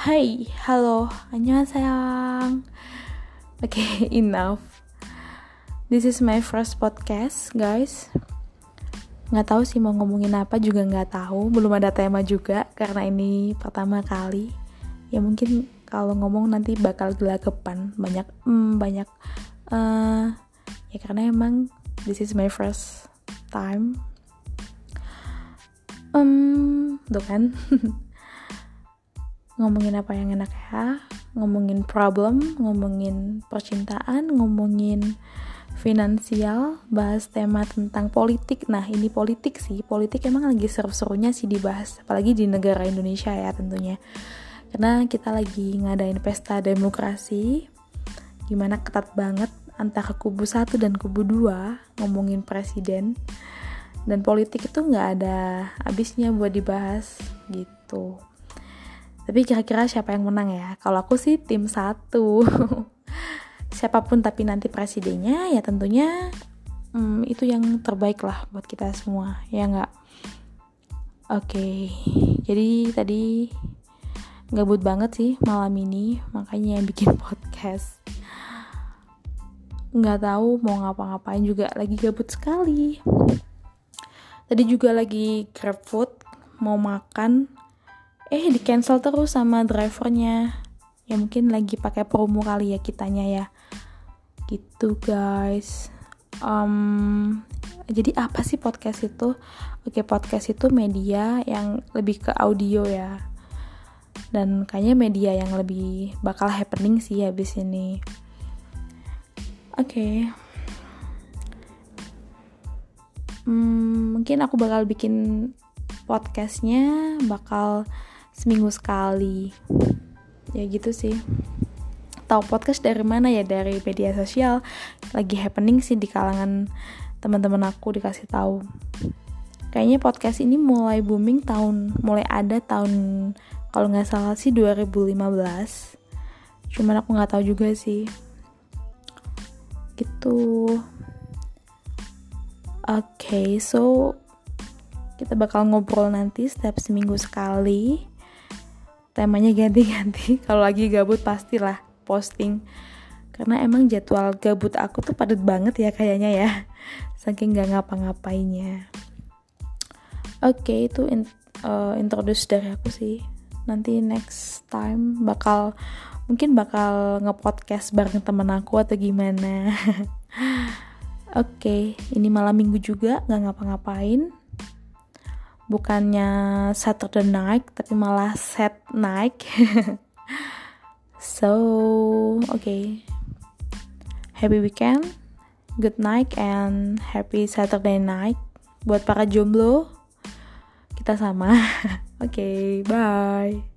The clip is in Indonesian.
Hai, halo, annyeonghaseyo. Okay, enough. This is my first podcast, guys. Nggak tahu sih mau ngomongin apa juga nggak tahu. Belum ada tema juga karena ini pertama kali. Ya mungkin kalau ngomong nanti bakal gelagapan, banyak. Ya karena emang this is my first time. Tuh kan. Ngomongin apa yang enak ya, ngomongin problem, ngomongin percintaan, ngomongin finansial, bahas tema tentang politik. Nah ini politik sih, politik emang lagi seru-serunya sih dibahas, apalagi di negara Indonesia ya tentunya, karena kita lagi ngadain pesta demokrasi, gimana ketat banget antara kubu 1 dan kubu 2 ngomongin presiden, dan politik itu gak ada habisnya buat dibahas gitu. Tapi kira-kira siapa yang menang ya? Kalau aku sih tim 1. Siapapun tapi nanti presidennya ya tentunya itu yang terbaik lah buat kita semua, ya nggak? Oke, jadi tadi gabut banget sih malam ini, makanya bikin podcast. Nggak tahu mau ngapa-ngapain juga, lagi gabut sekali. Tadi juga lagi grab food, mau makan. Di cancel terus sama drivernya. Ya mungkin lagi pakai promo kali ya kitanya ya. Gitu guys. Jadi apa sih podcast itu? Oke, podcast itu media yang lebih ke audio ya. Dan kayaknya media yang lebih bakal happening sih habis ini. Oke. Mungkin aku bakal bikin podcastnya bakal seminggu sekali. Ya gitu sih. Tahu podcast dari mana ya? Dari media sosial. Lagi happening sih di kalangan teman-teman aku, dikasih tahu. Kayaknya podcast ini mulai booming mulai ada tahun kalau nggak salah sih 2015. Cuman aku nggak tahu juga sih. Gitu. Oke, so kita bakal ngobrol nanti setiap seminggu sekali. Temanya ganti-ganti. Kalau lagi gabut pastilah posting. Karena emang jadwal gabut aku tuh padat banget ya kayaknya ya. Saking gak ngapa-ngapainnya. Oke, itu introduce dari aku sih. Nanti next time mungkin bakal nge-podcast bareng temen aku atau gimana. Oke, ini malam minggu juga gak ngapa-ngapain. Bukannya Saturday night, tapi malah sad night. So, okay. Happy weekend, good night, and happy Saturday night. Buat para jomblo, kita sama. Oke, bye.